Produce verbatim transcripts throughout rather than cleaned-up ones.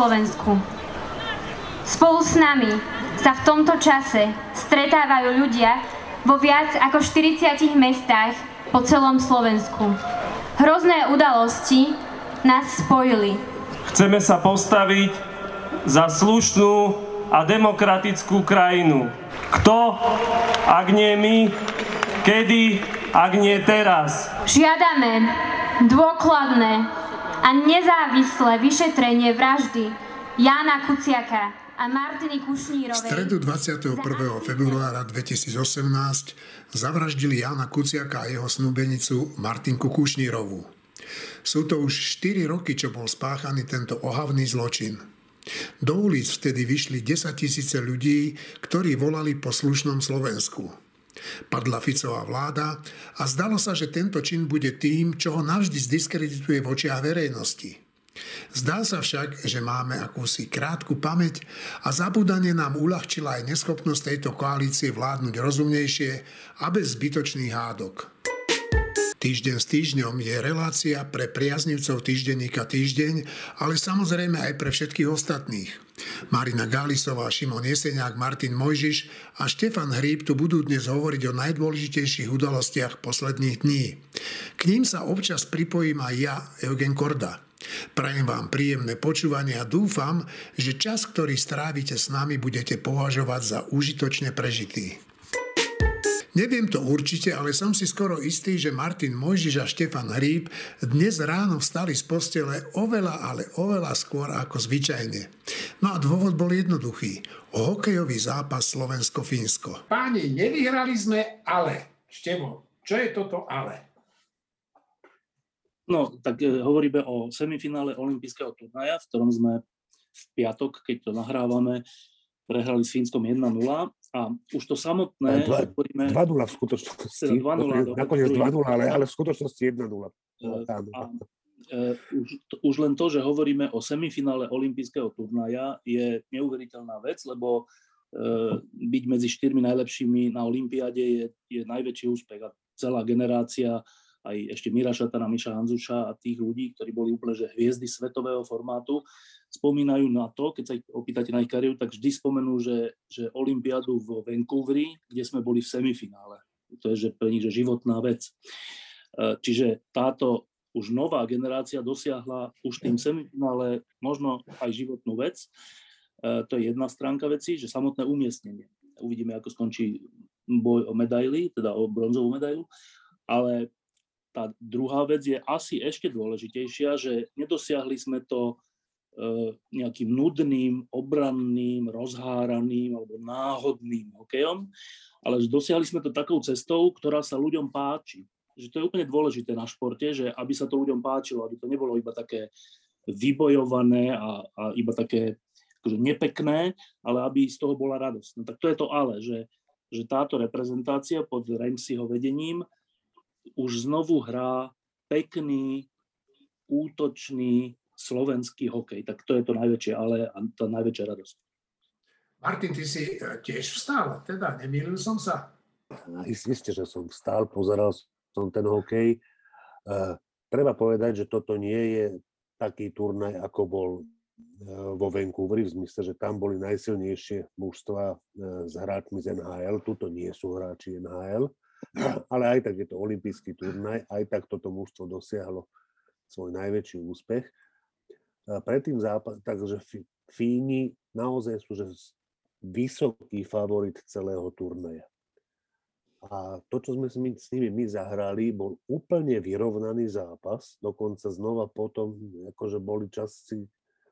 Slovensku. Spolu s nami sa v tomto čase stretávajú ľudia vo viac ako štyridsiatich mestách po celom Slovensku. Hrozné udalosti nás spojili. Chceme sa postaviť za slušnú a demokratickú krajinu. Kto, ak nie my, kedy, ak nie teraz? Žiadame dôkladné a nezávislé vyšetrenie vraždy Jána Kuciaka a Martiny Kušnírovej. V stredu dvadsiateho prvého februára dvetisícosemnásť zavraždili Jána Kuciaka a jeho snúbenicu Martinku Kušnírovú. Sú to už štyri roky, čo bol spáchaný tento ohavný zločin. Do ulic vtedy vyšli desaťtisíce ľudí, ktorí volali po slušnom Slovensku. Padla Ficová vláda a zdalo sa, že tento čin bude tým, čo ho navždy zdiskredituje v očiach verejnosti. Zdá sa však, že máme akúsi krátku pamäť a zabúdanie nám uľahčila aj neschopnosť tejto koalície vládnuť rozumnejšie a bez zbytočných hádok. Týždeň s týždňom je relácia pre priaznivcov týždenníka Týždeň, ale samozrejme aj pre všetkých ostatných. Marina Gálisová, Šimon Jeseniak, Martin Mojžiš a Štefan Hríb tu budú dnes hovoriť o najdôležitejších udalostiach posledných dní. K ním sa občas pripojím aj ja, Eugen Korda. Prajem vám príjemné počúvanie a dúfam, že čas, ktorý strávite s nami, budete považovať za užitočne prežitý. Neviem to určite, ale som si skoro istý, že Martin Mojžiš a Štefan Hríb dnes ráno vstali z postele oveľa, ale oveľa skôr ako zvyčajne. No a dôvod bol jednoduchý. Hokejový zápas Slovensko-Fínsko. Páni, nevyhrali sme, ale. Števo, čo je toto ale? No, tak e, hovoríme o semifinále olympijského turnaja, v ktorom sme v piatok, keď to nahrávame, prehrali s Fínskom jeden nula a už to samotné... dva nula v skutočnosti. dva nula, nakoniec dva nula, ale, ale v skutočnosti jeden nula. A, e, už, už len to, že hovoríme o semifinále olympijského turnaja, je neuveriteľná vec, lebo e, byť medzi štyrmi najlepšími na olympiáde je, je najväčší úspech a celá generácia aj ešte Mira Šatana, Miša Hanzuša a tých ľudí, ktorí boli úplne že hviezdy svetového formátu, spomínajú na to, keď sa ich opýtate na ich kariéru, tak vždy spomenú, že, že olympiádu vo Vancouveri, kde sme boli v semifinále. To je že pre nich že životná vec. Čiže táto už nová generácia dosiahla už tým semifinále možno aj životnú vec. To je jedna stránka veci, že samotné umiestnenie. Uvidíme, ako skončí boj o medaily, teda o bronzovú medailu, ale tá druhá vec je asi ešte dôležitejšia, že nedosiahli sme to e, nejakým nudným, obranným, rozháraným alebo náhodným hokejom, ale že dosiahli sme to takou cestou, ktorá sa ľuďom páči. Že to je úplne dôležité na športe, že aby sa to ľuďom páčilo, aby to nebolo iba také vybojované a, a iba také akože nepekné, ale aby z toho bola radosť. No tak to je to ale, že, že táto reprezentácia pod Ramseyho vedením už znovu hrá pekný, útočný slovenský hokej. Tak to je to najväčšie ale a tá najväčšia radosť. Martin, ty si tiež vstal, teda nemýlil som sa? Isté, že som vstal, pozeral som ten hokej. Uh, treba povedať, že toto nie je taký turnaj, ako bol uh, vo Vancouveri, v zmysle, že tam boli najsilnejšie mužstva uh, s hráčmi z en há el. Tuto nie sú hráči en há el. Ale aj tak je to olympijský turnaj, aj tak toto mužstvo dosiahlo svoj najväčší úspech. Predtým zápas, takže Fíni naozaj sú že vysoký favorit celého turnaja. A to, čo sme s nimi my zahrali, bol úplne vyrovnaný zápas, dokonca znova potom, akože boli časy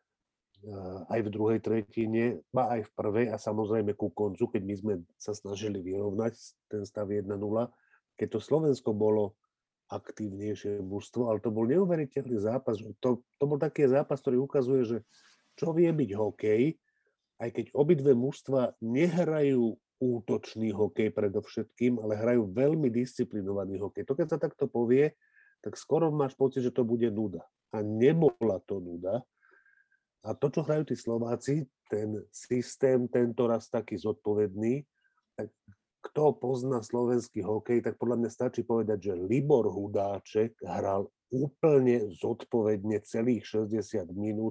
aj v druhej tretine, a aj v prvej a samozrejme ku koncu, keď my sme sa snažili vyrovnať ten stav jeden nula, keď to Slovensko bolo aktívnejšie mužstvo, ale to bol neuveriteľný zápas. To, to bol taký zápas, ktorý ukazuje, že čo vie byť hokej, aj keď obidve mužstva nehrajú útočný hokej predovšetkým, ale hrajú veľmi disciplinovaný hokej. To, keď sa takto povie, tak skoro máš pocit, že to bude nuda. A nebola to nuda. A to, čo hrajú tí Slováci, ten systém tento raz taký zodpovedný, tak kto pozná slovenský hokej, tak podľa mňa stačí povedať, že Libor Hudáček hral úplne zodpovedne celých šesťdesiat minút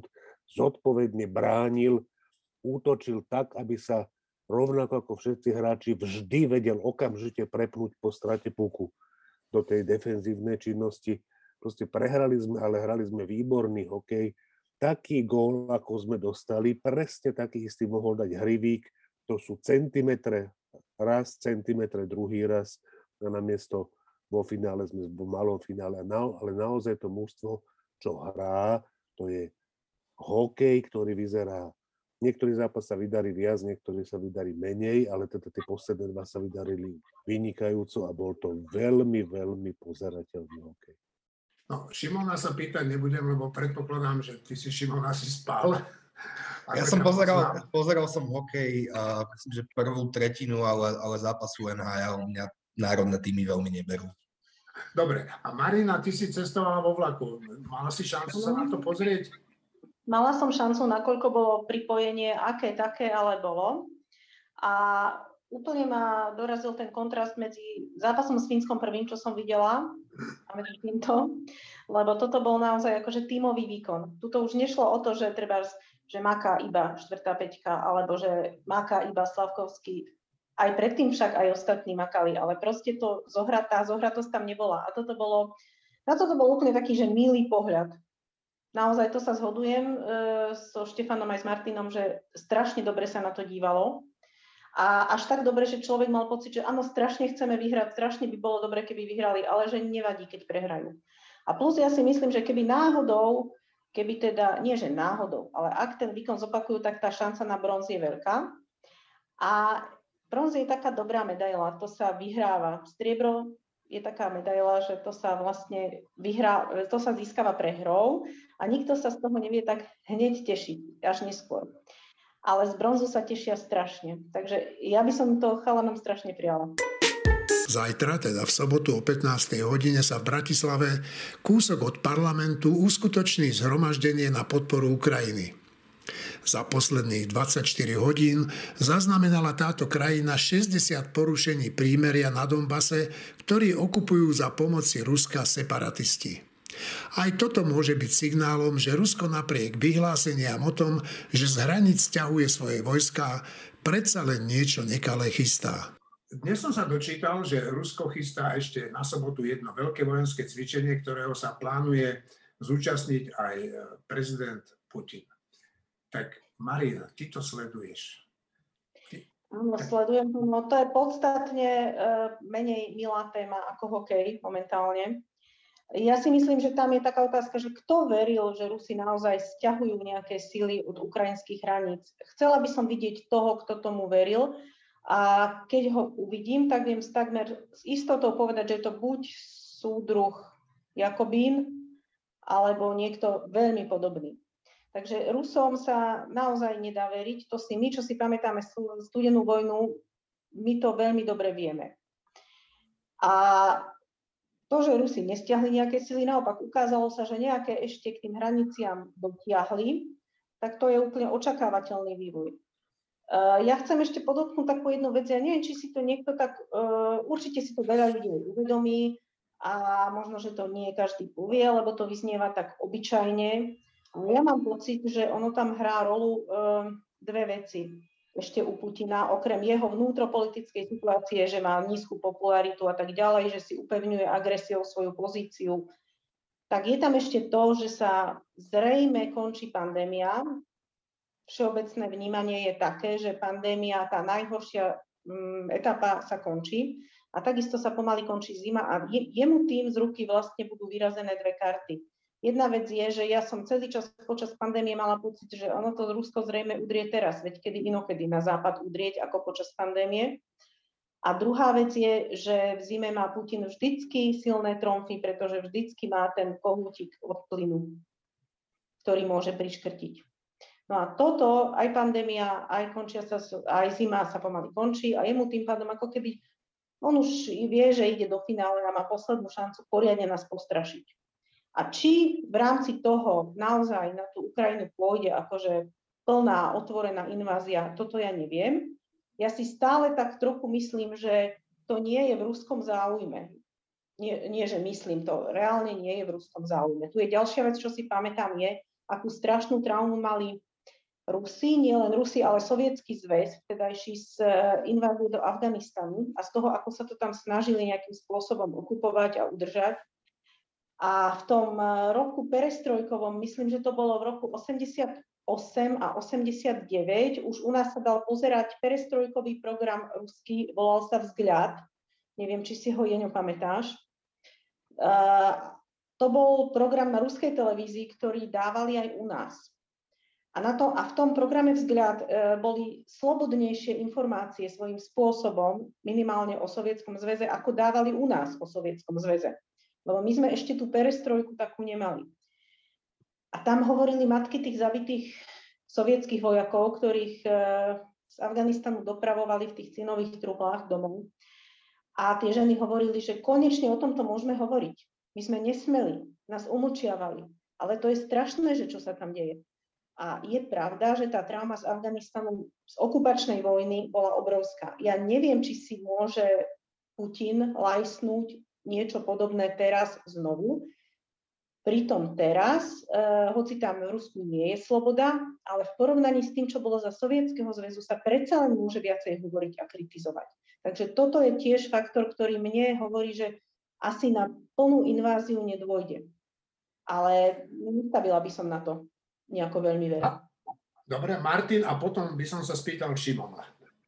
zodpovedne bránil, útočil tak, aby sa rovnako ako všetci hráči vždy vedel okamžite prepnúť po strate puku do tej defenzívnej činnosti. Proste prehrali sme, ale hrali sme výborný hokej. Taký gól, ako sme dostali, presne taký istý mohol dať Hrivík. To sú centimetre, raz, centimetre, druhý raz. A namiesto vo finále sme v malom finále. Ale naozaj to mužstvo, čo hrá, to je hokej, ktorý vyzerá. Niektorý zápas sa vydarí viac, niektorý sa vydarí menej, ale teda tie posledné dva sa vydarili vynikajúco a bol to veľmi, veľmi pozerateľný hokej. No, Šimona sa pýtať nebudem, lebo predpokladám, že ty si, Šimon, asi spal. Ja som pozeral, pozeral som hokej, uh, myslím, že prvú tretinu, ale, ale zápasu en há el mňa národné týmy veľmi neberú. Dobre, a Marina, ty si cestovala vo vlaku. Mala si šancu sa na to pozrieť? Mala som šancu, nakoľko bolo pripojenie, aké také, ale bolo. A úplne ma dorazil ten kontrast medzi zápasom s Fínskom prvým, čo som videla, a medzi týmto, lebo toto bol naozaj akože tímový výkon. Tuto už nešlo o to, že treba, že maká iba štvrtá peťka, alebo že maká iba Slavkovský. Aj predtým však aj ostatní makali, ale proste to zohratá, zohratosť tam nebola. A toto bolo, na toto bol úplne taký, že milý pohľad. Naozaj to sa zhodujem e, so Štefanom aj s Martinom, že strašne dobre sa na to dívalo. A až tak dobre, že človek mal pocit, že áno, strašne chceme vyhrať, strašne by bolo dobre, keby vyhrali, ale že nevadí, keď prehrajú. A plus ja si myslím, že keby náhodou, keby teda, nie že náhodou, ale ak ten výkon zopakujú, tak tá šanca na bronz je veľká. A bronz je taká dobrá medaila, to sa vyhráva. Striebro je taká medaila, že to sa vlastne vyhrá, to sa získava prehrou a nikto sa z toho nevie tak hneď tešiť, až neskôr. Ale z bronzu sa tešia strašne. Takže ja by som to chalanom strašne prijala. Zajtra, teda v sobotu o pätnástej hodine sa v Bratislave kúsok od parlamentu uskutoční zhromaždenie na podporu Ukrajiny. Za posledných dvadsaťštyri hodín zaznamenala táto krajina šesťdesiat porušení prímeria na Donbase, ktorí okupujú za pomoci Ruska separatisti. Aj toto môže byť signálom, že Rusko napriek vyhláseniam o tom, že z hraníc sťahuje svoje vojská, predsa len niečo nekalé chystá. Dnes som sa dočítal, že Rusko chystá ešte na sobotu jedno veľké vojenské cvičenie, ktorého sa plánuje zúčastniť aj prezident Putin. Tak Marina, ty to sleduješ. Ty... Áno, sledujem to. No to je podstatne uh, menej milá téma ako hokej momentálne. Ja si myslím, že tam je taká otázka, že kto veril, že Rusi naozaj sťahujú nejaké sily od ukrajinských hraníc. Chcela by som vidieť toho, kto tomu veril. A keď ho uvidím, tak viem takmer s istotou povedať, že je to buď súdruh Jakobín, alebo niekto veľmi podobný. Takže Rusom sa naozaj nedá veriť. To si my, čo si pamätáme studenú vojnu, my to veľmi dobre vieme. A to, že Rusi nestiahli nejaké sily, naopak ukázalo sa, že nejaké ešte k tým hraniciam dotiahli, tak to je úplne očakávateľný vývoj. Uh, ja chcem ešte podotknúť takú jednu vec. Ja neviem, či si to niekto tak, uh, určite si to veľa ľudí uvedomí a možno, že to nie každý povie, lebo to vyznieva tak obyčajne. Ja mám pocit, že ono tam hrá rolu uh, dve veci ešte u Putina, okrem jeho vnútropolitickej situácie, že má nízku popularitu a tak ďalej, že si upevňuje agresiou svoju pozíciu, tak je tam ešte to, že sa zrejme končí pandémia. Všeobecné vnímanie je také, že pandémia, tá najhoršia um, etapa sa končí a takisto sa pomaly končí zima a je, jemu tým z ruky vlastne budú vyrazené dve karty. Jedna vec je, že ja som celý čas počas pandémie mala pocit, že ono to Rusko zrejme udrie teraz, veď kedy inokedy na západ udrieť ako počas pandémie. A druhá vec je, že v zime má Putin vždycky silné tromfy, pretože vždycky má ten kohútik od plynu, ktorý môže priškrtiť. No a toto, aj pandémia, aj, končia sa, aj zima sa pomaly končí a jemu tým pádom ako keby on už vie, že ide do finále a má poslednú šancu poriadne nás postrašiť. A či v rámci toho naozaj na tú Ukrajinu pôjde akože plná, otvorená invázia, toto ja neviem. Ja si stále tak trochu myslím, že to nie je v ruskom záujme. Nie, nie, že myslím, to reálne nie je v ruskom záujme. Tu je ďalšia vec, čo si pamätám, je, akú strašnú traumu mali Rusi, nielen Rusi, ale Sovietsky zväz, vtedajší z invázie do Afganistanu a z toho, ako sa to tam snažili nejakým spôsobom okupovať a udržať. A v tom roku perestrojkovom, myslím, že to bolo v roku osemdesiatosem a osemdesiatdeväť, už u nás sa dal pozerať perestrojkový program ruský, volal sa Vzhľad. Neviem, či si ho, Jeňo, pamätáš. Uh, to bol program na ruskej televízii, ktorý dávali aj u nás. A, na to, a v tom programe Vzhľad e, boli slobodnejšie informácie svojím spôsobom, minimálne o Sovietskom zväze, ako dávali u nás o Sovietskom zväze. Lebo my sme ešte tú perestrojku takú nemali. A tam hovorili matky tých zabitých sovietských vojakov, ktorých e, z Afganistanu dopravovali v tých cinových truhlách domov. A tie ženy hovorili, že konečne o tomto môžeme hovoriť. My sme nesmeli, nás umlčiavali. Ale to je strašné, že čo sa tam deje. A je pravda, že tá trauma z Afganistanu, z okupačnej vojny bola obrovská. Ja neviem, či si môže Putin lajsnúť niečo podobné teraz znovu. Pritom teraz, eh, hoci tam v Rusku nie je sloboda, ale v porovnaní s tým, čo bolo za Sovietskeho zväzu, sa predsa len môže viacej hovoriť a kritizovať. Takže toto je tiež faktor, ktorý mne hovorí, že asi na plnú inváziu nedôjde. Ale nestavila by som na to nejako veľmi veľa. Dobre, Martin, a potom by som sa spýtal Šimona.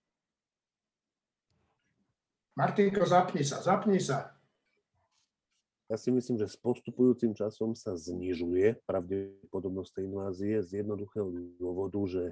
Martinko, zapni sa, zapni sa. Ja si myslím, že s postupujúcim časom sa znižuje pravdepodobnosť tej invázie z jednoduchého dôvodu, že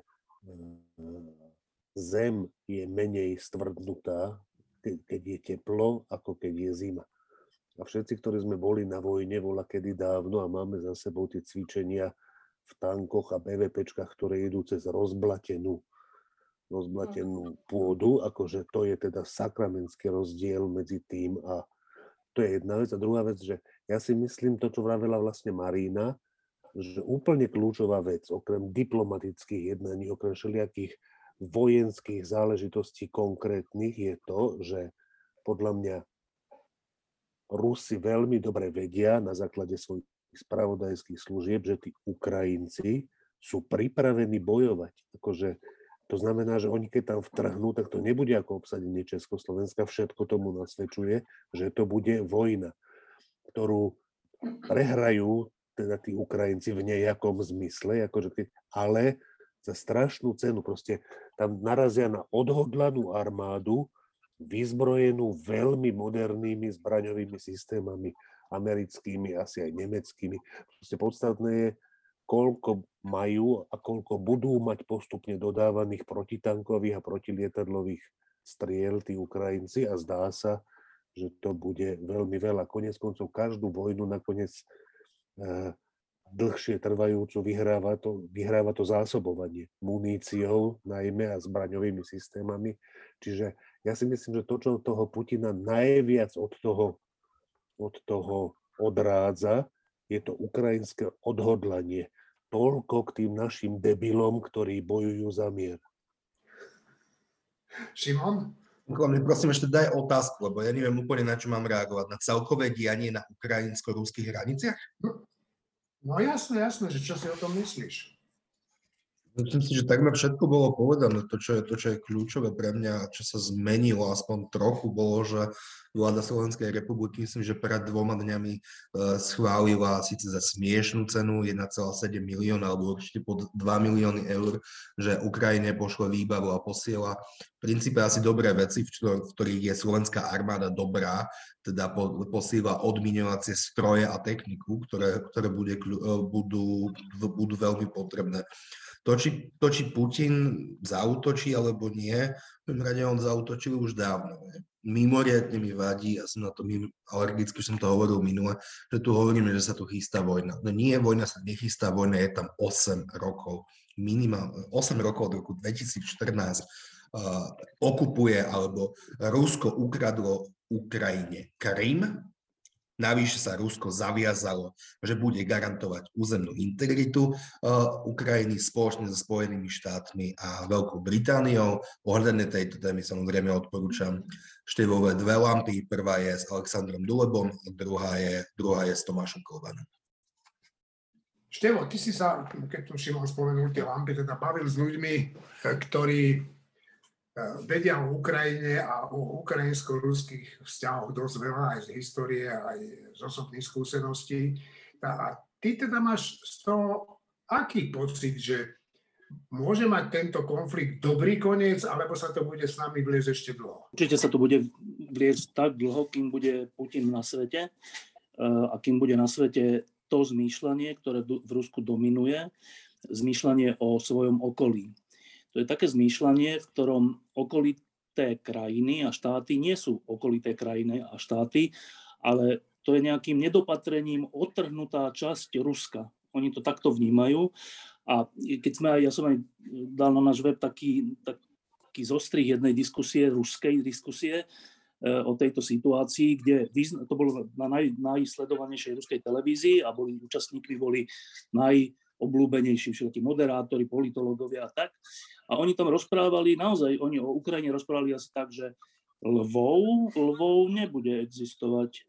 Zem je menej stvrdnutá, keď je teplo, ako keď je zima. A všetci, ktorí sme boli na vojne, voľa kedy dávno a máme za sebou tie cvičenia v tankoch a bé vé péčkach, ktoré idú cez rozblatenú, rozblatenú pôdu, akože to je teda sakramentský rozdiel medzi tým a to je jedna vec. A druhá vec, že ja si myslím to, čo vravela vlastne Marína, že úplne kľúčová vec, okrem diplomatických jednaní, okrem všelijakých vojenských záležitostí konkrétnych je to, že podľa mňa Rusi veľmi dobre vedia na základe svojich spravodajských služieb, že tí Ukrajinci sú pripravení bojovať. Akože, to znamená, že oni keď tam vtrhnú, tak to nebude ako obsadenie Československa. Všetko tomu nasvedčuje, že to bude vojna, ktorú prehrajú teda tí Ukrajinci v nejakom zmysle, akože keď, ale za strašnú cenu. Proste tam narazia na odhodlanú armádu, vyzbrojenú veľmi modernými zbraňovými systémami, americkými, asi aj nemeckými. Proste podstatné je, koľko majú a koľko budú mať postupne dodávaných protitankových a protilietadlových striel tí Ukrajinci a zdá sa, že to bude veľmi veľa. Koniec koncov každú vojnu nakoniec eh, dlhšie trvajúcu vyhráva to, vyhráva to zásobovanie muníciou najmä a zbraňovými systémami. Čiže ja si myslím, že to, čo toho Putina najviac od toho od toho odrádza, je to ukrajinské odhodlanie. Toľko k tým našim debilom, ktorí bojujú za mier. Šimon? Mne prosím ešte daj otázku, lebo ja neviem úplne, na čo mám reagovať. Na celkové dianie na ukrajinsko-ruských hraniciach? No jasné, jasné, že čo si o tom myslíš? Myslím si, že takmer všetko bolo povedané. To, čo je, to, čo je kľúčové pre mňa, čo sa zmenilo aspoň trochu, bolo, že vláda Slovenskej republiky, myslím, že pred dvoma dňami e, schválila síce za smiešnú cenu jeden celá sedem milióna alebo určite pod dva milióny eur, že Ukrajine pošle výbavu a posiela v princípe asi dobré veci, v, čo, v ktorých je slovenská armáda dobrá, teda po, posiela odmiňovacie stroje a techniku, ktoré, ktoré bude, budú, budú veľmi potrebné. To či, to, či Putin zaútočí alebo nie, v prvom rade on zaútočil už dávno. Ne? Mimoriadne mi vadí, ja som na to mimo, alergicky, som to hovoril minule, že tu hovoríme, že sa tu chystá vojna. No nie, vojna sa nechystá, vojna je tam osem rokov. Minimálne osem rokov od roku dvetisícštrnásť uh, okupuje, alebo Rusko ukradlo Ukrajine Krym. Navyše sa Rusko zaviazalo, že bude garantovať územnú integritu uh, Ukrajiny spoločne so Spojenými štátmi a Veľkou Britániou. Ohľadne tejto témy samozrejme odporúčam Števové dve lampy. Prvá je s Alexandrom Dulebom a druhá je, druhá je s Tomášom Kolbanom. Števo, ty si sa, keď tu Šimon spomenul tie lampy, teda bavil s ľuďmi, ktorí vedia o Ukrajine a o ukrajinsko-ruských vzťahoch dosť veľa, aj z histórie, aj z osobných skúseností. A ty teda máš z toho aký pocit, že môže mať tento konflikt dobrý koniec, alebo sa to bude s nami vliesť ešte dlho? Určite sa to bude vliesť tak dlho, kým bude Putin na svete a kým bude na svete to zmýšľanie, ktoré v Rusku dominuje, zmýšľanie o svojom okolí. To je také zmýšľanie, v ktorom okolité krajiny a štáty nie sú okolité krajiny a štáty, ale to je nejakým nedopatrením odtrhnutá časť Ruska. Oni to takto vnímajú. A keď sme aj, ja som aj dal na náš web taký, taký zostrih jednej diskusie, ruskej diskusie, o tejto situácii, kde to bolo na naj, najsledovanejšej ruskej televízii a boli účastníkmi boli najobľúbenejší všetky moderátori, politológovia a tak. A oni tam rozprávali, naozaj, oni o Ukrajine rozprávali asi tak, že lvov, lvov nebude existovať.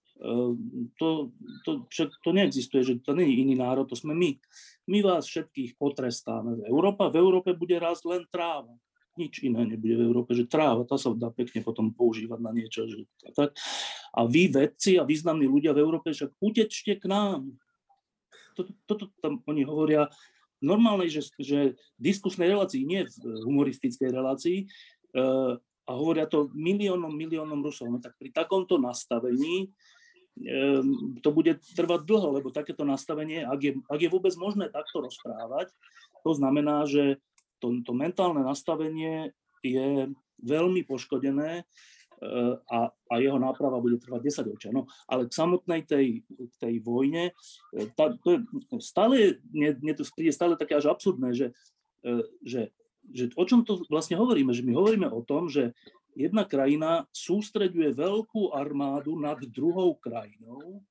To, to, to neexistuje, že to nie je iný národ, to sme my. My vás všetkých potrestáme. Európa, v Európe bude rásť len tráva. Nič iné nebude v Európe, že tráva, tá sa dá pekne potom používať na niečo. Že tak. A vy, vedci a významní ľudia v Európe, však utečte k nám. Toto, toto tam oni hovoria v normálnej, že, že diskusnej relácii, nie v humoristickej relácii, uh, a hovoria to miliónom, miliónom Rusov. No tak pri takomto nastavení um, to bude trvať dlho, lebo takéto nastavenie, ak je, ak je vôbec možné takto rozprávať, to znamená, že To, to mentálne nastavenie je veľmi poškodené a, a jeho náprava bude trvať desaťročia. No, ale k samotnej tej, tej vojne, tá, to je stále, mne, mne to príde stále také až absurdné, že, že, že o čom to vlastne hovoríme? Že my hovoríme o tom, že jedna krajina sústreďuje veľkú armádu nad druhou krajinou.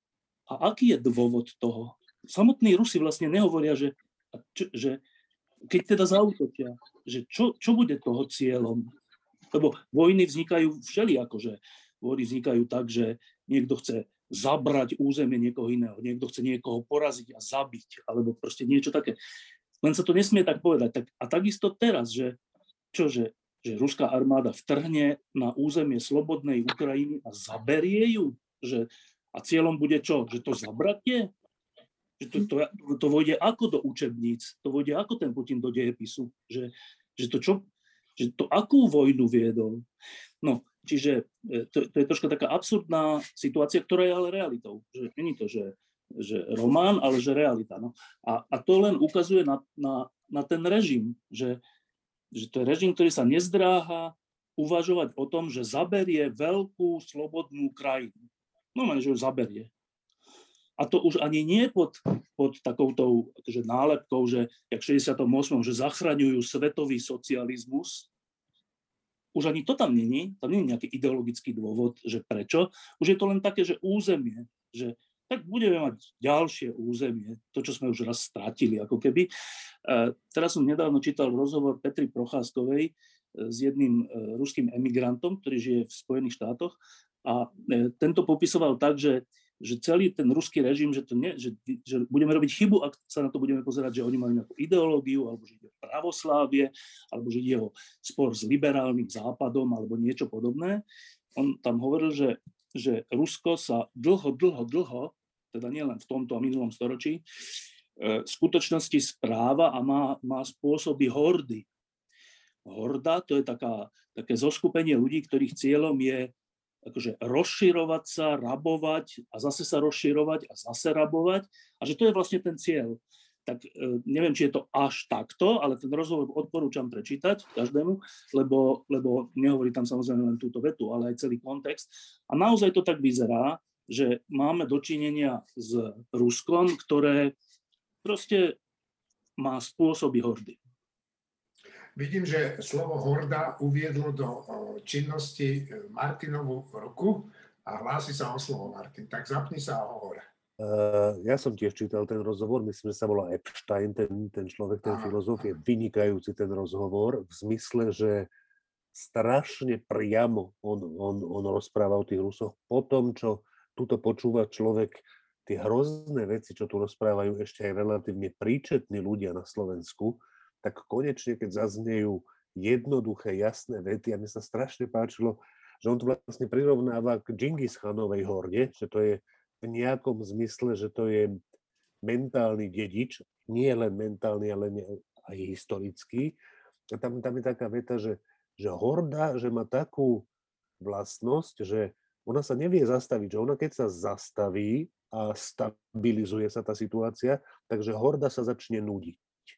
A aký je dôvod toho? Samotní Rusi vlastne nehovoria, že, že keď teda zaútočia, že čo, čo bude toho cieľom? Lebo vojny vznikajú všelijako, že vojny vznikajú tak, že niekto chce zabrať územie niekoho iného, niekto chce niekoho poraziť a zabiť, alebo proste niečo také. Len sa to nesmie tak povedať. Tak, a takisto teraz, že, čo, že, že ruská armáda vtrhne na územie slobodnej Ukrajiny a zaberie ju? Že, a cieľom bude čo? Že to zabratie? Že to, to, to vojde ako do učebníc, to vojde ako ten Putin do dejepisu, že, že, to, čo, že to akú vojnu viedol. No, čiže to, to je troška taká absurdná situácia, ktorá je ale realitou. Že nie je to, že, že román, ale že realita. No. A, a to len ukazuje na, na, na ten režim, že, že to je režim, ktorý sa nezdráha uvažovať o tom, že zaberie veľkú slobodnú krajinu. No, že ju zaberie. A to už ani nie pod, pod takoutou akože nálepkou, že jak v šesťdesiatom ôsmom že zachraňujú svetový socializmus. Už ani to tam není, tam nie je nejaký ideologický dôvod, že prečo. Už je to len také, že územie, že tak budeme mať ďalšie územie, to, čo sme už raz strátili, ako keby. E, teraz som nedávno čítal rozhovor Petry Procházkovej s jedným e, ruským emigrantom, ktorý žije v Spojených štátoch a e, tento popisoval tak, že že celý ten ruský režim, že, to nie, že, že budeme robiť chybu, ak sa na to budeme pozerať, že oni majú nejakú ideológiu, alebo že ide o pravoslávie, alebo že ide o spor s liberálnym západom, alebo niečo podobné. On tam hovoril, že, že Rusko sa dlho, dlho, dlho, teda nielen v tomto a minulom storočí, v skutočnosti správa a má, má spôsoby hordy. Horda to je taká, také zoskupenie ľudí, ktorých cieľom je akože rozširovať sa, rabovať a zase sa rozširovať a zase rabovať a že to je vlastne ten cieľ. Tak e, neviem, či je to až takto, ale ten rozhovor odporúčam prečítať každému, lebo, lebo nehovorí tam samozrejme len túto vetu, ale aj celý kontext. A naozaj to tak vyzerá, že máme dočinenia s Ruskom, ktoré proste má spôsoby hordy. Vidím, že slovo horda uviedlo do činnosti Martinovú ruku a hlási sa o slovo Martin. Tak zapni sa a hovor. Uh, ja som tiež čítal ten rozhovor, myslím, že sa volá Epstein, ten, ten človek, ten filozof, je vynikajúci ten rozhovor v zmysle, že strašne priamo on, on, on rozpráva o tých Rusoch. Po tom, čo tuto počúva človek tie hrozné veci, čo tu rozprávajú ešte aj relatívne príčetní ľudia na Slovensku, tak konečne, keď zaznejú jednoduché, jasné vety, a mne sa strašne páčilo, že on to vlastne prirovnáva k Džingis Chanovej horde, že to je v nejakom zmysle, že to je mentálny dedič, nie len mentálny, ale aj historický. A tam, tam je taká veta, že, že horda, že má takú vlastnosť, že ona sa nevie zastaviť, že ona keď sa zastaví a stabilizuje sa tá situácia, takže horda sa začne nudiť.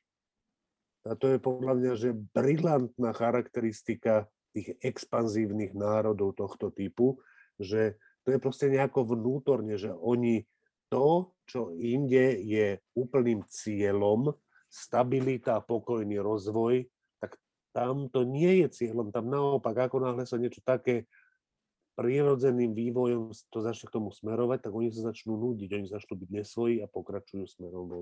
A to je podľa mňa, že brilantná charakteristika tých expanzívnych národov tohto typu, že to je proste nejako vnútorne, že oni to, čo inde je úplným cieľom, stabilita a pokojný rozvoj, tak tam to nie je cieľom. Tam naopak, ako náhle sa niečo také prirodzeným vývojom to začne k tomu smerovať, tak oni sa začnú núdiť, oni začnú byť nesvoji a pokračujú smerom von.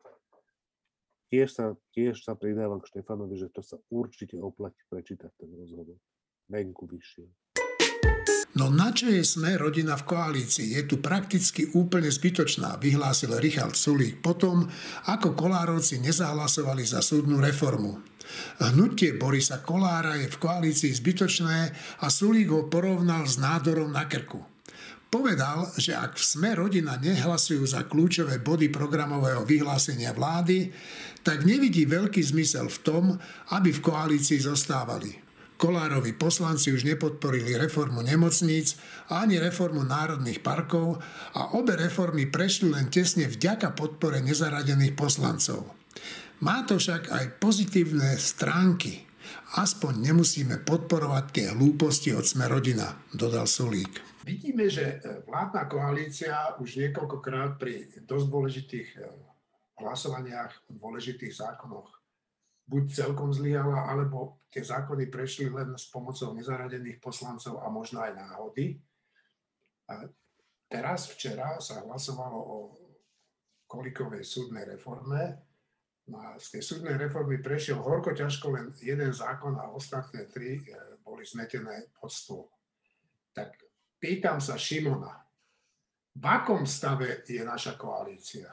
Tiež sa, tiež sa pridávam k Štefanovi, že to sa určite oplatí prečítať ten rozhovor. Venku vyšiel. No na čo je Sme rodina v koalícii? Je tu prakticky úplne zbytočná, vyhlásil Richard Sulík potom, ako Kollárovci nezahlasovali za súdnu reformu. Hnutie Borisa Kollára je v koalícii zbytočné a Sulík ho porovnal s nádorom na krku. Povedal, že ak v Sme rodina nehlasujú za kľúčové body programového vyhlásenia vlády, tak nevidí veľký zmysel v tom, aby v koalícii zostávali. Kollárovi poslanci už nepodporili reformu nemocníc a ani reformu národných parkov a obe reformy prešli len tesne vďaka podpore nezaradených poslancov. Má to však aj pozitívne stránky. Aspoň nemusíme podporovať tie hlúposti od Sme rodina, dodal Sulík. Vidíme, že vládna koalícia už niekoľkokrát pri dosť dôležitých hlasovaniach, dôležitých zákonoch buď celkom zlyhala, alebo tie zákony prešli len s pomocou nezaradených poslancov a možno aj náhody. A teraz, včera sa hlasovalo o Kolíkovej súdnej reforme. No a z tej súdnej reformy prešiel horko ťažko len jeden zákon a ostatné tri boli zmetené pod stôl. Tak pýtam sa Šimona, v akom stave je naša koalícia?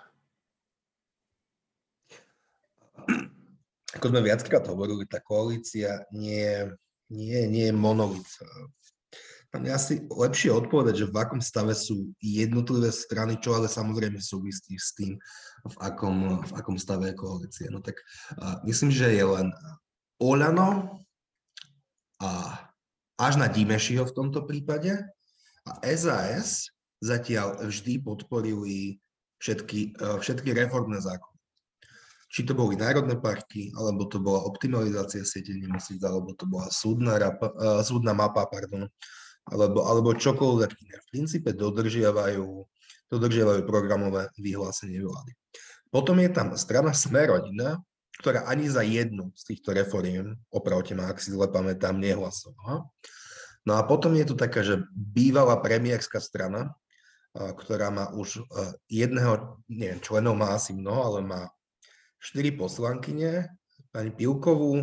Ako sme viackrát hovorili, tá koalícia nie, nie, nie je monolit. Tam je asi lepšie odpovedať, že v akom stave sú jednotlivé strany, čo ale samozrejme súvisí s tým, v akom, v akom stave je koalícia. No tak uh, myslím, že je len Oľano a až na Dimešiho v tomto prípade a es a es zatiaľ vždy podporili všetky, uh, všetky reformné zákony. Či to boli národné parky, alebo to bola optimalizácia siete nemocníc, alebo to bola súdna, rapa, uh, súdna mapa, pardon, alebo, alebo čokoľvek iné. V princípe dodržiavajú, dodržiavajú programové vyhlásenie vlády. Potom je tam strana Sme rodina, ktorá ani za jednu z týchto reforiem, opravte ma, ak si zle pamätám, nehlasovala. No a potom je tu taká, že bývalá premiérska strana, uh, ktorá má už uh, jedného, neviem, členov má asi mnoho, ale má štyri poslankyne, pani Pilkovú,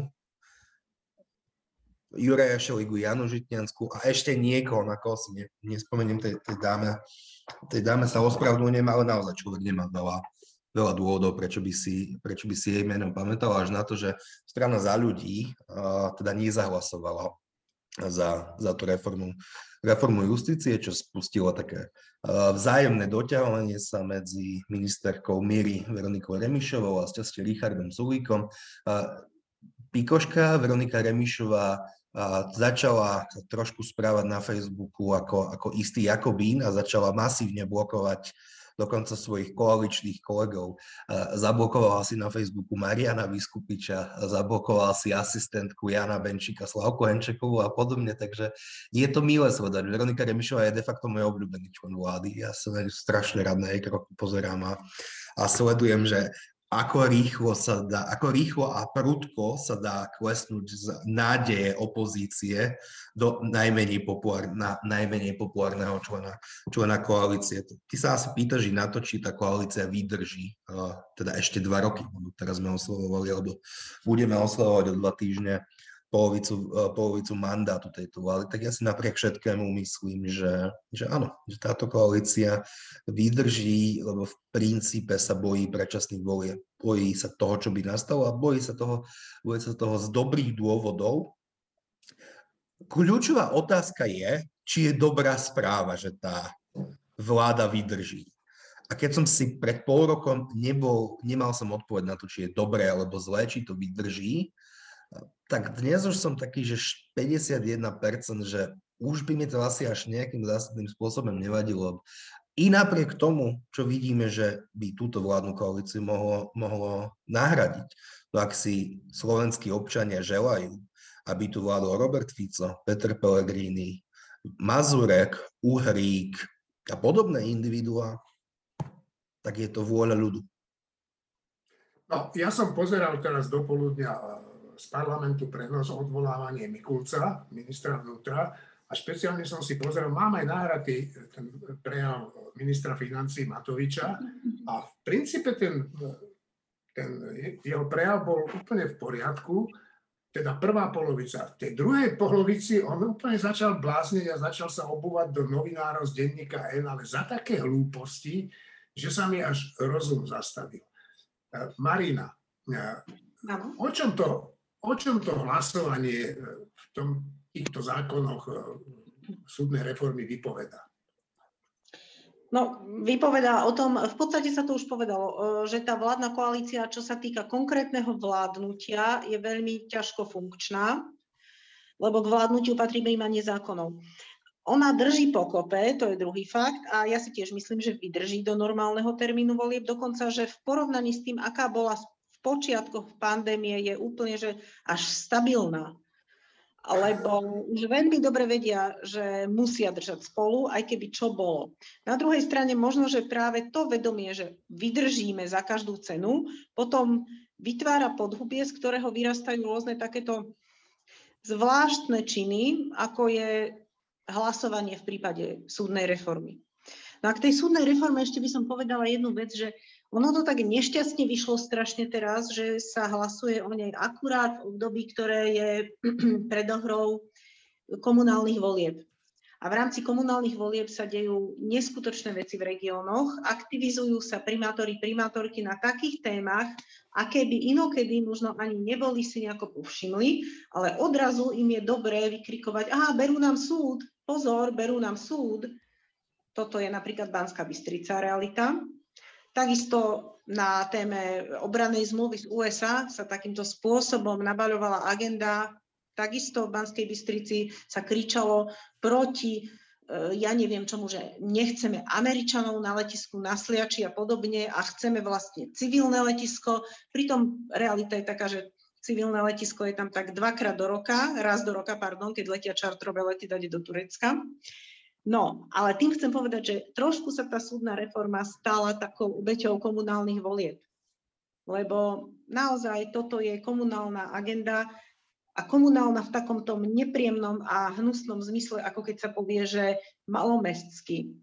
Juraja Šeligu, Janu Žitňanskú a ešte niekoho, na koho si ne, nespomeniem tej, tej dáme. Tej dáme sa ospravedlňujem, ale naozaj človek nemá veľa, veľa dôvodov, prečo by, si, prečo by si jej meno pamätal, až na to, že strana Za ľudí uh, teda nezahlasovala za, za tú reformu, reformu justície, čo spustilo také uh, vzájomné doťahovanie sa medzi ministerkou Míry Veronikou Remišovou a sťažte Richardom Sulíkom. Uh, Pikoška Veronika Remišová uh, začala trošku správať na Facebooku ako, ako istý Jakobín a začala masívne blokovať dokonca svojich koaličných kolegov. Zablokovala si na Facebooku Mariana Vyskupiča, zablokovala si asistentku Jana Benčíka, Slavku Henčekovú a podobne, takže je to milé sledať. Veronika Remišová je de facto môj obľúbený člen vlády. Ja sa strašne rád na jej kroky pozerám a, a sledujem, že ako rýchlo sa dá, ako rýchlo a prudko sa dá klesnúť z nádeje opozície do najmenej, populár, na, najmenej populárneho člena, člena koalície. Ty sa asi pýtaš na to, či tá koalícia vydrží uh, teda ešte dva roky. Teraz sme oslavovali, alebo budeme oslavovať o dva týždne polovicu, polovicu mandátu tejto vlády, tak ja si napriek všetkému myslím, že, že áno, že táto koalícia vydrží, lebo v princípe sa bojí predčasných volieb. Bojí sa toho, čo by nastalo a bojí sa toho, bojí sa toho z dobrých dôvodov. Kľúčová otázka je, či je dobrá správa, že tá vláda vydrží. A keď som si pred pol rokom nebol, nemal som odpoveď na to, či je dobré alebo zlé, či to vydrží, tak dnes už som taký, že päťdesiatjeden percent, že už by mi to asi až nejakým zásadným spôsobom nevadilo. I napriek tomu, čo vidíme, že by túto vládnu koalíciu mohlo, mohlo nahradiť. No ak si slovenskí občania želajú, aby tu vládol Robert Fico, Peter Pellegrini, Mazurek, Uhrík a podobné individuá, tak je to vôľa ľudu. No, ja som pozeral teraz do poludnia z parlamentu prenos odvolávanie Mikulca, ministra vnútra, a špeciálne som si pozeral, mám aj nahratý ten prejav ministra financí Matoviča a v princípe ten, ten jeho prejav bol úplne v poriadku, teda prvá polovica. V tej druhej polovici on úplne začal blázniť a začal sa obúvať do novinárov z denníka N, ale za také hlúposti, že sa mi až rozum zastavil. Marina, o čom to O čom to hlasovanie v tom, týchto zákonoch súdnej reformy vypovedá? No, vypovedá o tom, v podstate sa to už povedalo, že tá vládna koalícia, čo sa týka konkrétneho vládnutia, je veľmi ťažko funkčná, lebo k vládnutiu patrí prijímanie zákonov. Ona drží pokope, to je druhý fakt, a ja si tiež myslím, že vydrží do normálneho termínu volieb, dokonca, že v porovnaní s tým, aká bola počiatkoch pandémie, je úplne že až stabilná. Lebo už veľmi dobre vedia, že musia držať spolu, aj keby čo bolo. Na druhej strane možno, že práve to vedomie, že vydržíme za každú cenu, potom vytvára podhubie, z ktorého vyrastajú rôzne takéto zvláštne činy, ako je hlasovanie v prípade súdnej reformy. No a k tej súdnej reforme ešte by som povedala jednu vec, že ono to tak nešťastne vyšlo strašne teraz, že sa hlasuje o nej akurát v období, ktoré je predohrou komunálnych volieb. A v rámci komunálnych volieb sa dejú neskutočné veci v regiónoch, aktivizujú sa primátori, primátorky na takých témach, aké by inokedy možno ani neboli si nejako povšimli, ale odrazu im je dobré vykrikovať, aha, berú nám súd, pozor, berú nám súd. Toto je napríklad Banská Bystrica realita. Takisto na téme obrannej zmluvy z ú es á sa takýmto spôsobom nabaľovala agenda. Takisto v Banskej Bystrici sa kričalo proti, ja neviem čomu, že nechceme Američanov na letisku na Sliači a podobne a chceme vlastne civilné letisko. Pritom realita je taká, že civilné letisko je tam tak dvakrát do roka, raz do roka, pardon, keď letia čartrové lety dať do Turecka. No, ale tým chcem povedať, že trošku sa tá súdna reforma stala takou obeťou komunálnych volieb. Lebo naozaj toto je komunálna agenda a komunálna v takomto nepríjemnom a hnusnom zmysle, ako keď sa povie, že malomestský.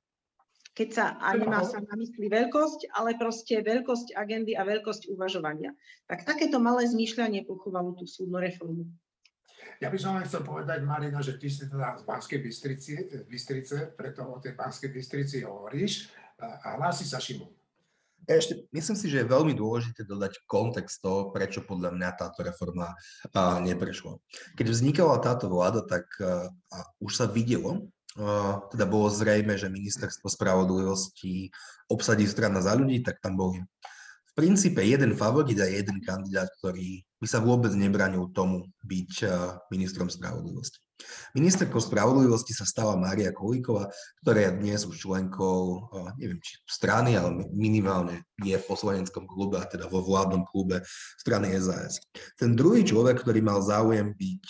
Keď sa, a nemá sa na mysli veľkosť, ale proste veľkosť agendy a veľkosť uvažovania. Tak takéto malé zmýšľanie pochovalo tú súdnu reformu. Ja by som len chcel povedať, Marina, že ty si teda z Banskej Bystrici, Bystrice, preto o tej Banskej Bystrici hovoríš a hlási sa Šimon. Ešte myslím si, že je veľmi dôležité dodať kontext toho, prečo podľa mňa táto reforma a, neprešla. Keď vznikala táto vláda, tak a, a už sa videlo, a, teda bolo zrejme, že ministerstvo spravodlivosti obsadí Strana za ľudí, tak tam boli v princípe jeden favorit a jeden kandidát, ktorý by sa vôbec nebranil tomu byť ministrom spravodlivosti. Ministerkou spravodlivosti sa stala Mária Kolíková, ktorá je dnes už členkou, neviem či strany, ale minimálne je v poslaneckom klube, a teda vo vládnom klube strany es a es. Ten druhý človek, ktorý mal záujem byť,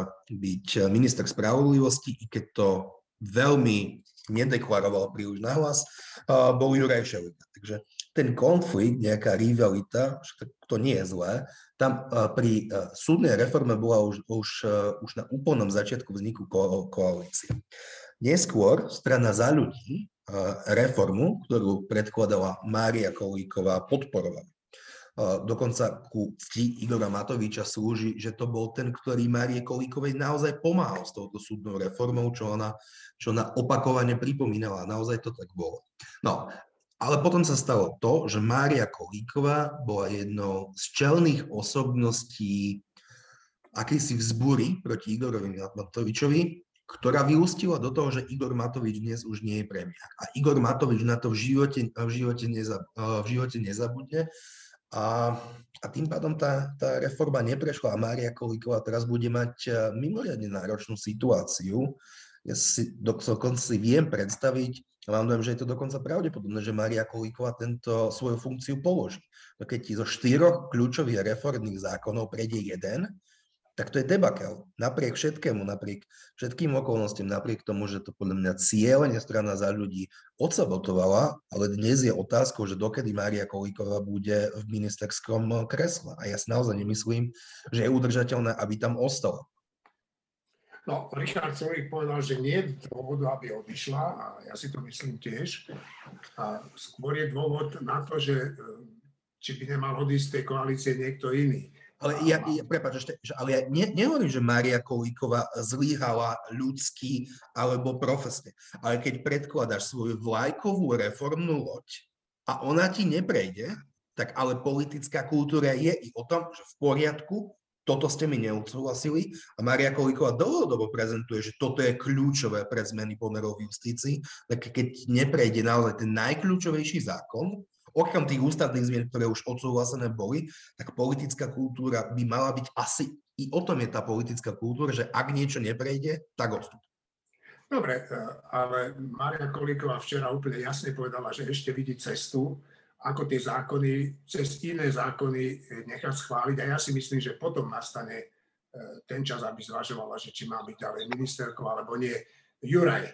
byť minister spravodlivosti, i keď to veľmi nedeklaroval príliš nahlas, bol Juraj Šeliga. Takže ten konflikt, nejaká rivalita, to nie je zlé, tam pri súdnej reforme bola už, už, už na úplnom začiatku vzniku ko- koalície. Neskôr Strana za ľudí reformu, ktorú predkladala Mária Kolíková, podporovala. dokonca ku cti Igora Matoviča slúži, že to bol ten, ktorý Márie Kolíkovej naozaj pomáhal s touto súdnou reformou, čo ona, čo ona opakovane pripomínala. Naozaj to tak bolo. No, ale potom sa stalo to, že Mária Kolíková bola jednou z čelných osobností akýsi vzbúry proti Igorovi Matovičovi, ktorá vyústila do toho, že Igor Matovič dnes už nie je premiér. A Igor Matovič na to v živote, v živote, neza, v živote nezabudne. A, a tým pádom tá, tá reforma neprešla a Mária Kolíková teraz bude mať mimoriadne náročnú situáciu. Ja si dokonca si viem predstaviť, a mám dojem, že je to dokonca pravdepodobné, že Mária Kolíková tento svoju funkciu položí. No keď ti zo štyroch kľúčových reformných zákonov prejde jeden, tak to je debakel. Napriek všetkému, napriek všetkým okolnostiam, napriek tomu, že to podľa mňa cieľene strana Za ľudí odsabotovala, ale dnes je otázkou, že dokedy Mária Kolíková bude v ministerskom kresle. A ja si naozaj nemyslím, že je udržateľné, aby tam ostala. No, Richard Sulík povedal, že nie je dôvodu, aby odišla, a ja si to myslím tiež. A skôr je dôvod na to, že či by nemal odísť z tej koalície niekto iný. Ale ja, ja prepáč, ešte, ale ja ne, nehovorím, že Mária Kolíková zlyhala ľudsky alebo profesne. Ale keď predkladáš svoju vlajkovú reformnú loď a ona ti neprejde, tak ale politická kultúra je i o tom, že v poriadku, toto ste mi neodsúhlasili a Mária Kolíková dlhodobo prezentuje, že toto je kľúčové pre zmeny pomerov v justícii, tak keď neprejde naozaj ten najkľúčovejší zákon, okrem tých ústavných zmien, ktoré už odsúhlasené boli, tak politická kultúra by mala byť asi, i o tom je tá politická kultúra, že ak niečo neprejde, tak odstup. Dobre, ale Mária Kolíková včera úplne jasne povedala, že ešte vidí cestu, ako tie zákony, cez iné zákony nechať schváliť. A ja si myslím, že potom nastane ten čas, aby zvažovala, že či má byť ďalej ministerkou, alebo nie. Juraj.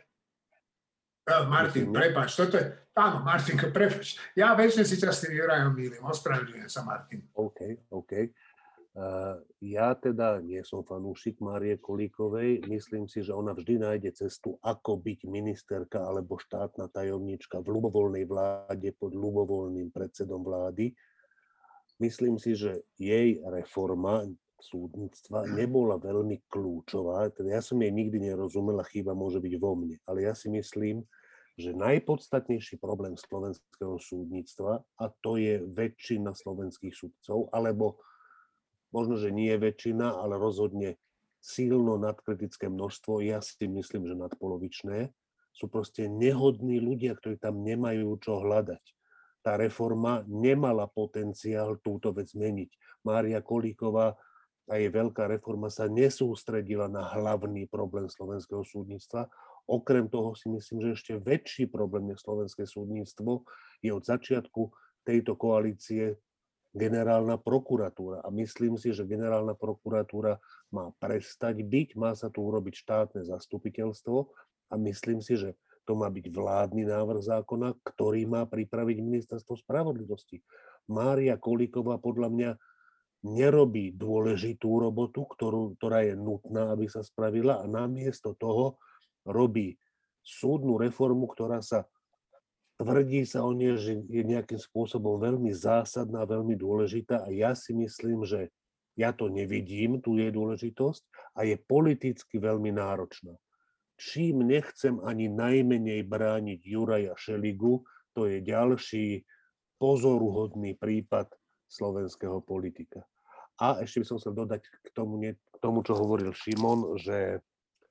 Martin, prepáč, toto je... Áno, Martinko, prepáč. Ja väčšine si ťa s tým Jurajom mýlim. Ospravedlňujem sa, Martin. OK, OK. Uh, ja teda nie som fanúšik Márie Kolíkovej. Myslím si, že ona vždy nájde cestu, ako byť ministerka alebo štátna tajomníčka v ľubovoľnej vláde pod ľubovoľným predsedom vlády. Myslím si, že jej reforma súdnictva nebola veľmi kľúčová. Teda ja som jej nikdy nerozumela, chyba môže byť vo mne. Ale ja si myslím, že najpodstatnejší problém slovenského súdnictva, a to je väčšina slovenských sudcov, alebo možno, že nie väčšina, ale rozhodne silno nadkritické množstvo, ja si myslím, že nadpolovičné, sú proste nehodní ľudia, ktorí tam nemajú čo hľadať. Tá reforma nemala potenciál túto vec meniť. Mária Kolíková a jej veľká reforma sa nesústredila na hlavný problém slovenského súdnictva. Okrem toho si myslím, že ešte väčší problém je slovenské súdnictvo je od začiatku tejto koalície generálna prokuratúra. A myslím si, že generálna prokuratúra má prestať byť, má sa tu urobiť štátne zastupiteľstvo a myslím si, že to má byť vládny návrh zákona, ktorý má pripraviť ministerstvo spravodlivosti. Mária Kolíková podľa mňa nerobí dôležitú robotu, ktorú, ktorá je nutná, aby sa spravila a namiesto toho robí súdnu reformu, ktorá sa tvrdí sa o nej, že je nejakým spôsobom veľmi zásadná, veľmi dôležitá a ja si myslím, že ja to nevidím, tú jej dôležitosť a je politicky veľmi náročná. Čím nechcem ani najmenej brániť Juraja Šeligu, to je ďalší pozoruhodný prípad slovenského politika. A ešte by som chcel dodať k tomu, k tomu čo hovoril Šimon, že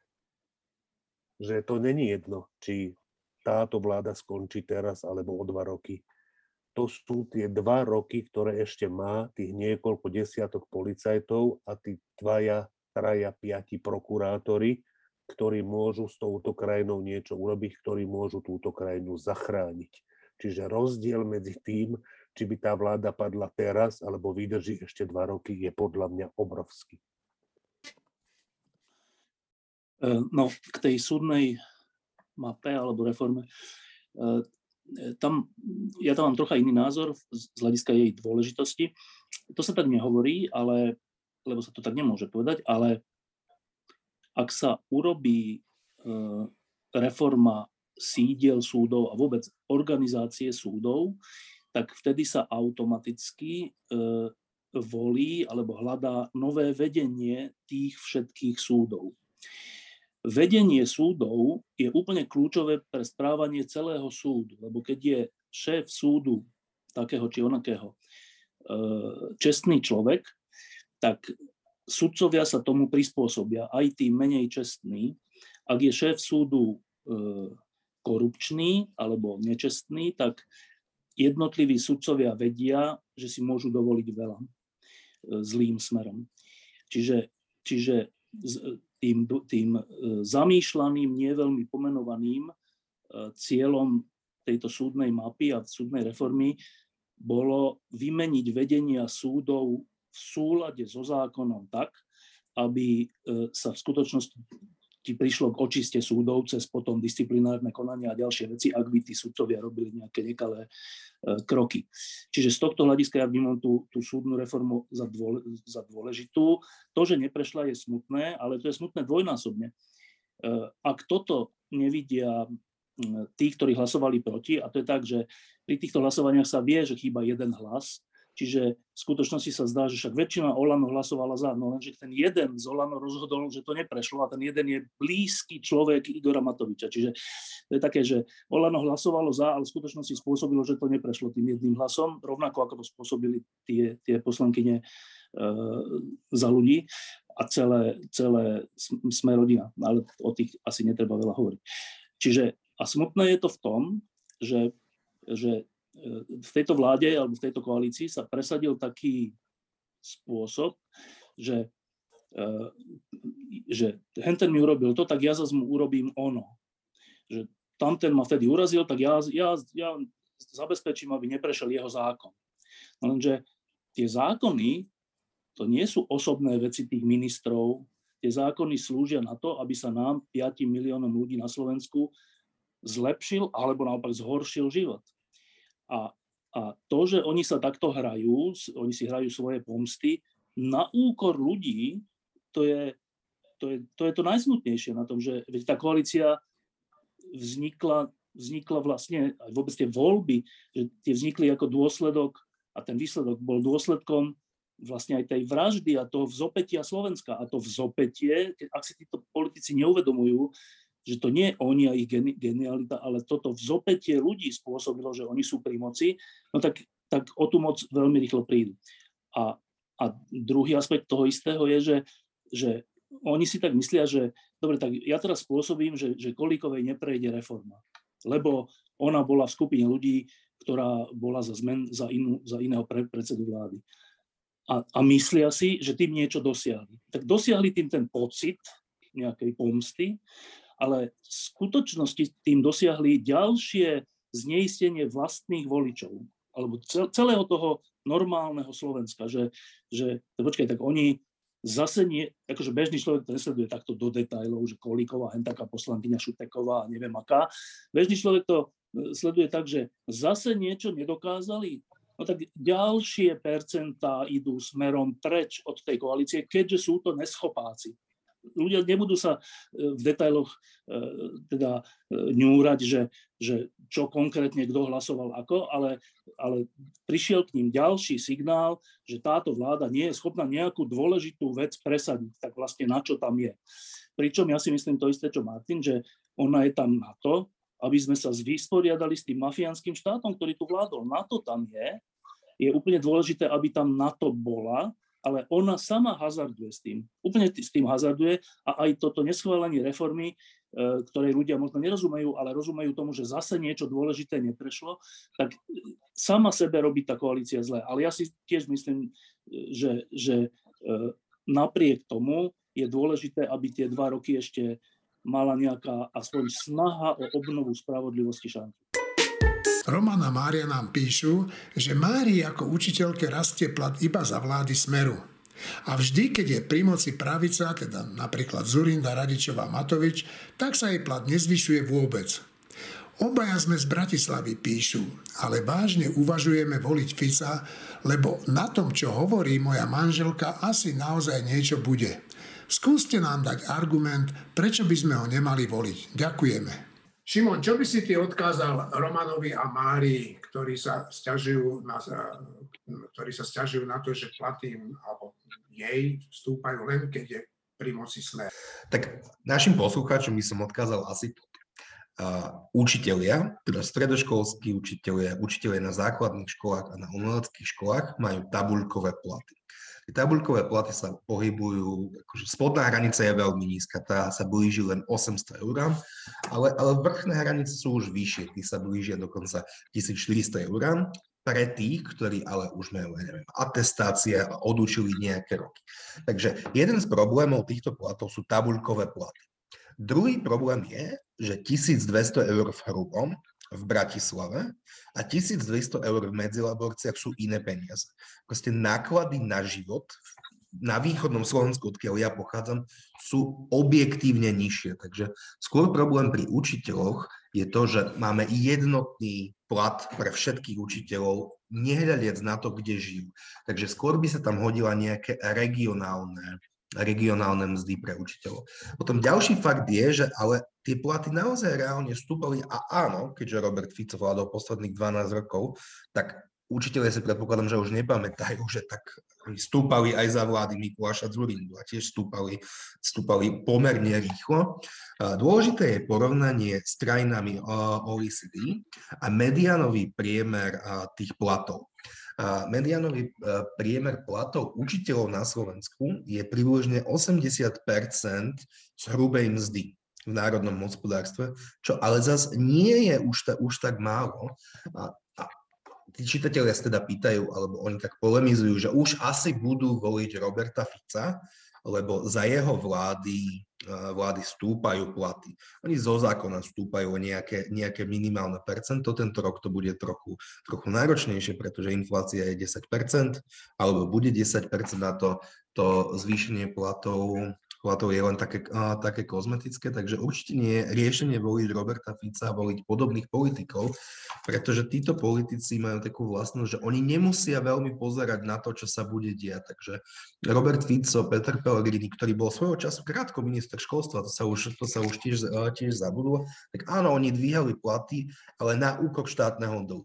že to není jedno, či táto vláda skončí teraz alebo o dva roky. To sú tie dva roky, ktoré ešte má tých niekoľko desiatok policajtov a tí dvaja, traja, piati prokurátori, ktorí môžu s touto krajinou niečo urobiť, ktorí môžu túto krajinu zachrániť. Čiže rozdiel medzi tým, či by tá vláda padla teraz alebo vydrží ešte dva roky, je podľa mňa obrovský. No, k tej súdnej mape alebo reforme, tam, ja tam mám trocha iný názor z hľadiska jej dôležitosti. To sa tak nehovorí, ale, lebo sa to tak nemôže povedať, ale ak sa urobí reforma sídiel súdov a vôbec organizácie súdov, tak vtedy sa automaticky e, volí alebo hľadá nové vedenie tých všetkých súdov. Vedenie súdov je úplne kľúčové pre správanie celého súdu, lebo keď je šéf súdu takého či onakého čestný človek, tak sudcovia sa tomu prispôsobia, aj tí menej čestní. Ak je šéf súdu korupčný alebo nečestný, tak jednotliví sudcovia vedia, že si môžu dovoliť veľa zlým smerom. Čiže, čiže tým, tým zamýšľaným, nie veľmi pomenovaným cieľom tejto súdnej mapy a súdnej reformy bolo vymeniť vedenia súdov v súlade so zákonom tak, aby sa v skutočnosti prišlo k očiste súdov cez potom disciplinárne konania a ďalšie veci, ak by tí sudcovia robili nejaké nekalé kroky. Čiže z tohto hľadiska ja vnímam tú, tú súdnu reformu za, dôle, za dôležitú. To, že neprešla, je smutné, ale to je smutné dvojnásobne. Ak toto nevidia tí, ktorí hlasovali proti, a to je tak, že pri týchto hlasovaniach sa vie, že chýba jeden hlas, čiže v skutočnosti sa zdá, že však väčšina Olano hlasovala za, no lenže ten jeden z Olano rozhodol, že to neprešlo a ten jeden je blízky človek Igora Matoviča. Čiže to je také, že Olano hlasovalo za, ale v skutočnosti spôsobilo, že to neprešlo tým jedným hlasom, rovnako ako to spôsobili tie, tie poslankyne e, Za ľudí a celé, celé Sme rodina. Ale o tých asi netreba veľa hovoriť. Čiže a smutné je to v tom, že, že v tejto vláde alebo v tejto koalícii sa presadil taký spôsob, že, že henten mi urobil to, tak ja zase mu urobím ono. Že tamten ma vtedy urazil, tak ja, ja, ja zabezpečím, aby neprešiel jeho zákon. Lenže tie zákony, to nie sú osobné veci tých ministrov, tie zákony slúžia na to, aby sa nám, piatim miliónom ľudí na Slovensku, zlepšil alebo naopak zhoršil život. A, a to, že oni sa takto hrajú, oni si hrajú svoje pomsty na úkor ľudí, to je to, je, to, je to najsmutnejšie na tom, že veď tá koalícia vznikla, vznikla vlastne, aj vôbec tie voľby, že tie vznikli ako dôsledok a ten výsledok bol dôsledkom vlastne aj tej vraždy a toho vzopätia Slovenska. A to vzopätie, ak si títo politici neuvedomujú, že to nie je oni a ich genialita, ale toto vzopätie ľudí spôsobilo, že oni sú pri moci, no tak, tak o tú moc veľmi rýchlo prídu. A, a druhý aspekt toho istého je, že, že oni si tak myslia, že dobre, tak ja teraz spôsobím, že, že Kolíkovej neprejde reforma, lebo ona bola v skupine ľudí, ktorá bola za, zmen, za, inú, za iného pre, predsedu vlády. A, a myslia si, že tým niečo dosiahli. Tak dosiahli tým ten pocit nejakej pomsty, ale v skutočnosti tým dosiahli ďalšie zneistenie vlastných voličov, alebo celého toho normálneho Slovenska, že, že počkaj, tak oni zase nie, akože bežný človek to nesleduje takto do detailov, že Kolíková, hen taká poslankyňa Šuteková, neviem aká. Bežný človek to sleduje tak, že zase niečo nedokázali, no tak ďalšie percentá idú smerom preč od tej koalície, keďže sú to neschopáci. Ľudia nebudú sa v detailoch teda ňúrať, že, že čo konkrétne kto hlasoval ako, ale, ale prišiel k ním ďalší signál, že táto vláda nie je schopná nejakú dôležitú vec presadiť, tak vlastne na čo tam je. Pričom ja si myslím to isté, čo Martin, že ona je tam na to, aby sme sa vysporiadali s tým mafiánskym štátom, ktorý tu vládol. Na to tam je. Je úplne dôležité, aby tam NATO bola, ale ona sama hazarduje s tým. Úplne s tým hazarduje a aj toto neschválenie reformy, ktorej ľudia možno nerozumejú, ale rozumejú tomu, že zase niečo dôležité neprešlo, tak sama sebe robí tá koalícia zle. Ale ja si tiež myslím, že, že napriek tomu je dôležité, aby tie dva roky ešte mala nejaká aspoň snaha o obnovu spravodlivosti šancu. Roman a Mária nám píšu, že Márii ako učiteľke rastie plat iba za vlády Smeru. A vždy, keď je pri moci pravica, teda napríklad Dzurinda, Radičová, Matovič, tak sa jej plat nezvyšuje vôbec. Obaja sme z Bratislavy, píšu, ale vážne uvažujeme voliť Fica, lebo na tom, čo hovorí moja manželka, asi naozaj niečo bude. Skúste nám dať argument, prečo by sme ho nemali voliť. Ďakujeme. Šimon, čo by si ty odkázal Romanovi a Márii, ktorí sa sťažujú na, ktorí sa sťažujú na to, že platy alebo jej vstúpajú len, keď je pri moci Smer? Tak našim poslucháčom by som odkázal asi uh, učitelia, teda stredoškolskí učitelia, učitelia na základných školách a na umeleckých školách majú tabuľkové platy. Tie tabuľkové platy sa pohybujú, akože spodná hranica je veľmi nízka, tá sa blíži len osemsto eur, ale, ale vrchné hranice sú už vyššie, tí sa blížia dokonca tisícštyristo eur, pre tých, ktorí ale už majú, neviem, atestácie a odučili nejaké roky. Takže jeden z problémov týchto platov sú tabuľkové platy. Druhý problém je, že tisícdvesto eur v hrubom v Bratislave a tisícdvesto eur v Medzilaborciach sú iné peniaze. Proste náklady na život na východnom Slovensku, odkiaľ ja pochádzam, sú objektívne nižšie. Takže skôr problém pri učiteľoch je to, že máme jednotný plat pre všetkých učiteľov, nehľadiac na to, kde žijú. Takže skôr by sa tam hodila nejaké regionálne regionálne mzdy pre učiteľov. Potom ďalší fakt je, že ale tie platy naozaj reálne stúpali a áno, keďže Robert Fico vládol posledných dvanásť rokov, tak učitelia si predpokladám, že už nepamätajú, že tak stúpali aj za vlády Mikuláša Dzurindu a tiež stúpali, stúpali pomerne rýchlo. Dôležité je porovnanie s krajinami ó é cé dé a mediánový priemer tých platov. Mediánový priemer platov učiteľov na Slovensku je približne osemdesiat percent z hrubej mzdy v národnom hospodárstve, čo ale zase nie je už, ta, už tak málo. A, a tí čitatelia sa teda pýtajú, alebo oni tak polemizujú, že už asi budú voliť Roberta Fica, lebo za jeho vlády, vlády stúpajú platy. Oni zo zákona stúpajú o nejaké, nejaké minimálne percento. Tento rok to bude trochu, trochu náročnejšie, pretože inflácia je desať percent, alebo bude desať percent na to, to zvýšenie platov. Platov je len také, a, také kozmetické, takže určite nie je riešenie voliť Roberta Fica a voliť podobných politikov, pretože títo politici majú takú vlastnosť, že oni nemusia veľmi pozerať na to, čo sa bude diať. Takže Robert Fico, Peter Pellegrini, ktorý bol svojho času krátko minister školstva, to sa už, to sa už tiež, tiež zabudlo, tak áno, oni dvíhali platy, ale na úkor štátneho dlhu.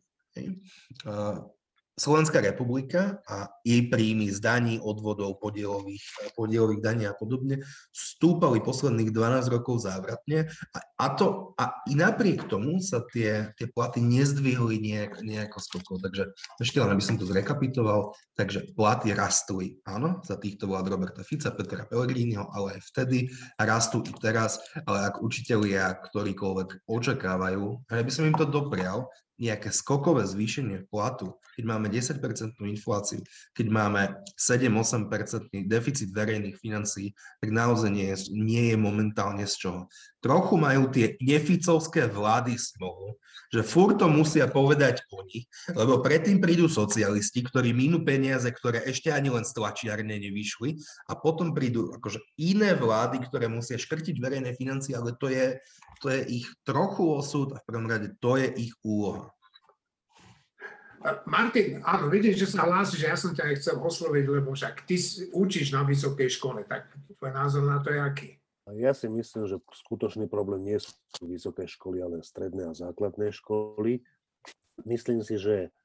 Slovenská republika a jej príjmy z daní, odvodov, podielových, podielových daní a podobne stúpali posledných dvanásť rokov závratne a, a, to, a i napriek tomu sa tie, tie platy nezdvihli nejak, nejako skokov. Takže ešte len, aby som to zrekapitoval, takže platy rastli, áno, za týchto vlád Roberta Fica, Petra Pellegriniho, ale aj vtedy rastú i teraz, ale ak učitelia ktorýkoľvek očakávajú, a ja by som im to doprial, nejaké skokové zvýšenie platu, keď máme desať percent infláciu, keď máme sedem až osem percent deficit verejných financií, tak naozaj nie je, nie je momentálne z čoho. Trochu majú tie neficovské vlády smolu, že furt to musia povedať oni, lebo predtým prídu socialisti, ktorí minú peniaze, ktoré ešte ani len z tlačiarne nevyšli a potom prídu akože iné vlády, ktoré musia škrtiť verejné financie, ale to je, to je ich trochu osud a v prvom rade to je ich úloha. Martin, áno, vidíš, že sa hlási, že ja som ťa aj chcel osloviť, lebo však ty učíš na vysokej škole, tak tvoj názor na to je aký? Ja si myslím, že skutočný problém nie sú vysoké školy, ale stredné a základné školy. Myslím si, že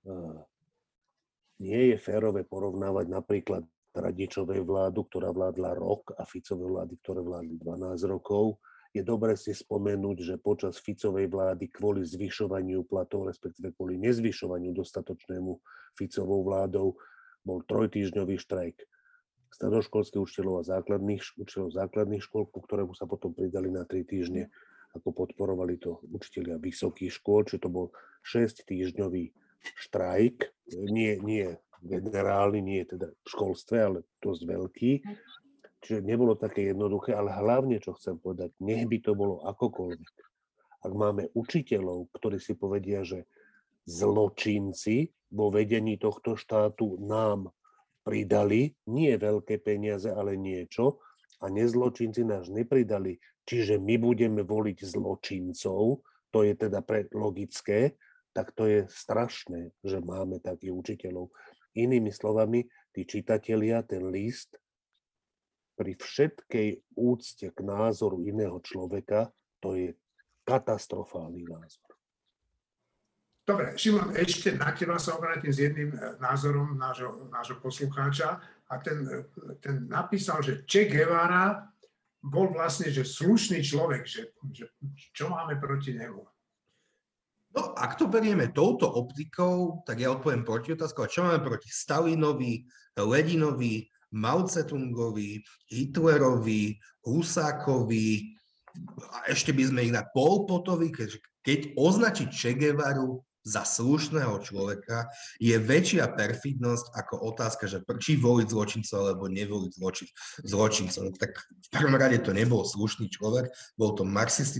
nie je férové porovnávať napríklad Radičovej vládu, ktorá vládla rok, a Ficovej vlády, ktoré vládli dvanásť rokov. Je dobre si spomenúť, že počas Ficovej vlády kvôli zvyšovaniu platov, respektíve kvôli nezvyšovaniu dostatočnému Ficovou vládou, bol trojtýždňový štrajk stredoškolských učiteľov a základných, učiteľov základných škôl, ku ktorému sa potom pridali na tri týždne, ako podporovali to učitelia vysokých škôl, čiže to bol šesťtýždňový štrajk, nie, nie generálny, nie teda v školstve, ale dosť veľký. Čiže nebolo také jednoduché, ale hlavne, čo chcem povedať, nech by to bolo akokoľvek. Ak máme učiteľov, ktorí si povedia, že zločinci vo vedení tohto štátu nám pridali nie veľké peniaze, ale niečo, a nezločinci nás nepridali, čiže my budeme voliť zločincov, to je teda pre logické, tak to je strašné, že máme takých učiteľov. Inými slovami, tí čitatelia, ten list, pri všetkej úcte k názoru iného človeka, to je katastrofálny názor. Dobre, Šimon, ešte na teba sa obrátim s jedným názorom nášho, nášho poslucháča a ten, ten napísal, že Che Guevara bol vlastne že slušný človek, že, že čo máme proti nemu? No, ak to berieme touto optikou, tak ja odpoviem proti otázku. A čo máme proti Stalinovi, Leninovi, Mao Tse-tungovi, Hitlerovi, Husákovi, a ešte by sme ich na Pol Potovi, keď, keď označiť Che Guevaru za slušného človeka, je väčšia perfidnosť ako otázka, že či voliť zločincov alebo nevoliť zločincov. Tak v prvom rade to nebol slušný človek, bol to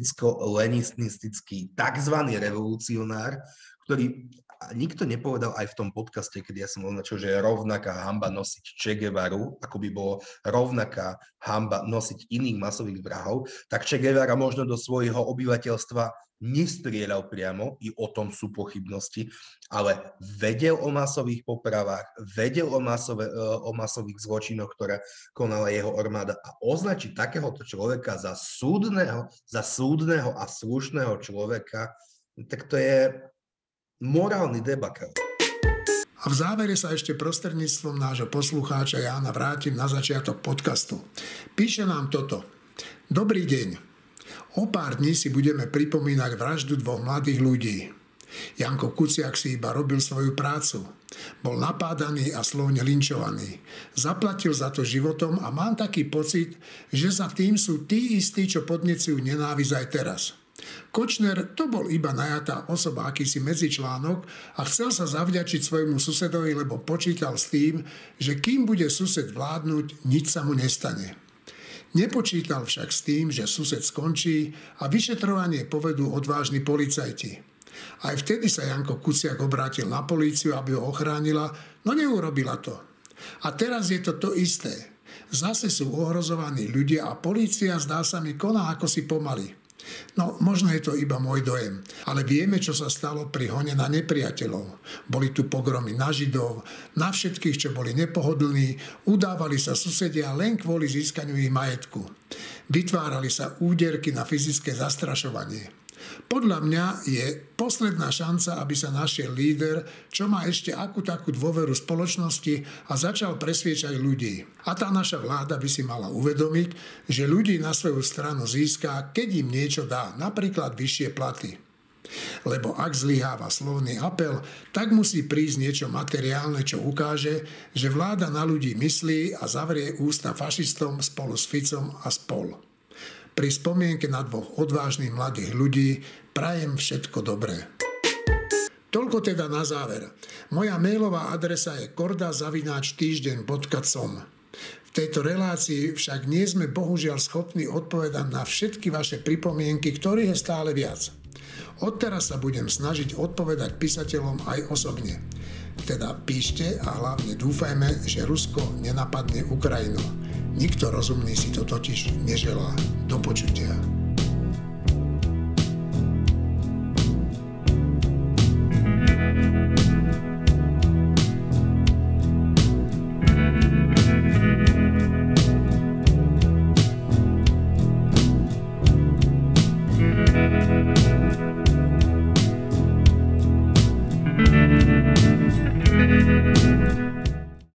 marxisticko-leninistický tzv. Revolucionár, ktorý a nikto nepovedal aj v tom podcaste, keď ja som označil, že je rovnaká hanba nosiť Che Guevaru, ako by bolo rovnaká hanba nosiť iných masových vrahov, tak Che Guevara možno do svojho obyvateľstva nestrieľal priamo, i o tom sú pochybnosti, ale vedel o masových popravách, vedel o, masové, o masových zločinoch, ktoré konala jeho armáda, a označiť takéhoto človeka za súdneho, za súdneho a slušného človeka, tak to je morálny debakel. A v závere sa ešte prostredníctvom nášho poslucháča Jána vrátim na začiatok podcastu. Píše nám toto. Dobrý deň. O pár dní si budeme pripomínať vraždu dvoch mladých ľudí. Janko Kuciak si iba robil svoju prácu. Bol napádaný a slovne linčovaný. Zaplatil za to životom a mám taký pocit, že za tým sú tí istí, čo podnecujú nenávisť aj teraz. Kočner to bol iba najatá osoba, akýsi medzičlánok, a chcel sa zavďačiť svojmu susedovi, lebo počítal s tým, že kým bude sused vládnuť, nič sa mu nestane. Nepočítal však s tým, že sused skončí a vyšetrovanie povedú odvážni policajti. Aj vtedy sa Janko Kuciak obrátil na políciu, aby ho ochránila, no neurobila to. A teraz je to to isté. Zase sú ohrozovaní ľudia a polícia, zdá sa mi, koná ako si pomaly. No, možno je to iba môj dojem, ale vieme, čo sa stalo pri hone na nepriateľov. Boli tu pogromy na Židov, na všetkých, čo boli nepohodlní, udávali sa susedia len kvôli získaniu ich majetku. Vytvárali sa úderky na fyzické zastrašovanie. Podľa mňa je posledná šanca, aby sa našiel líder, čo má ešte akú takú dôveru spoločnosti a začal presviečať ľudí. A tá naša vláda by si mala uvedomiť, že ľudí na svoju stranu získa, keď im niečo dá, napríklad vyššie platy. Lebo ak zlyháva slovný apel, tak musí prísť niečo materiálne, čo ukáže, že vláda na ľudí myslí a zavrie ústa fašistom spolu s Ficom a spol. Pri spomienke na dvoch odvážnych mladých ľudí prajem všetko dobré. Toľko teda na záver. Moja mailová adresa je korda zavináč týždeň bodka com. V tejto relácii však nie sme bohužiaľ schopní odpovedať na všetky vaše pripomienky, ktorých je stále viac. Odteraz sa budem snažiť odpovedať písateľom aj osobne. Teda píšte a hlavne dúfajme, že Rusko nenapadne Ukrajinu. Nikto rozumný si to totiž neželá. Do počutia.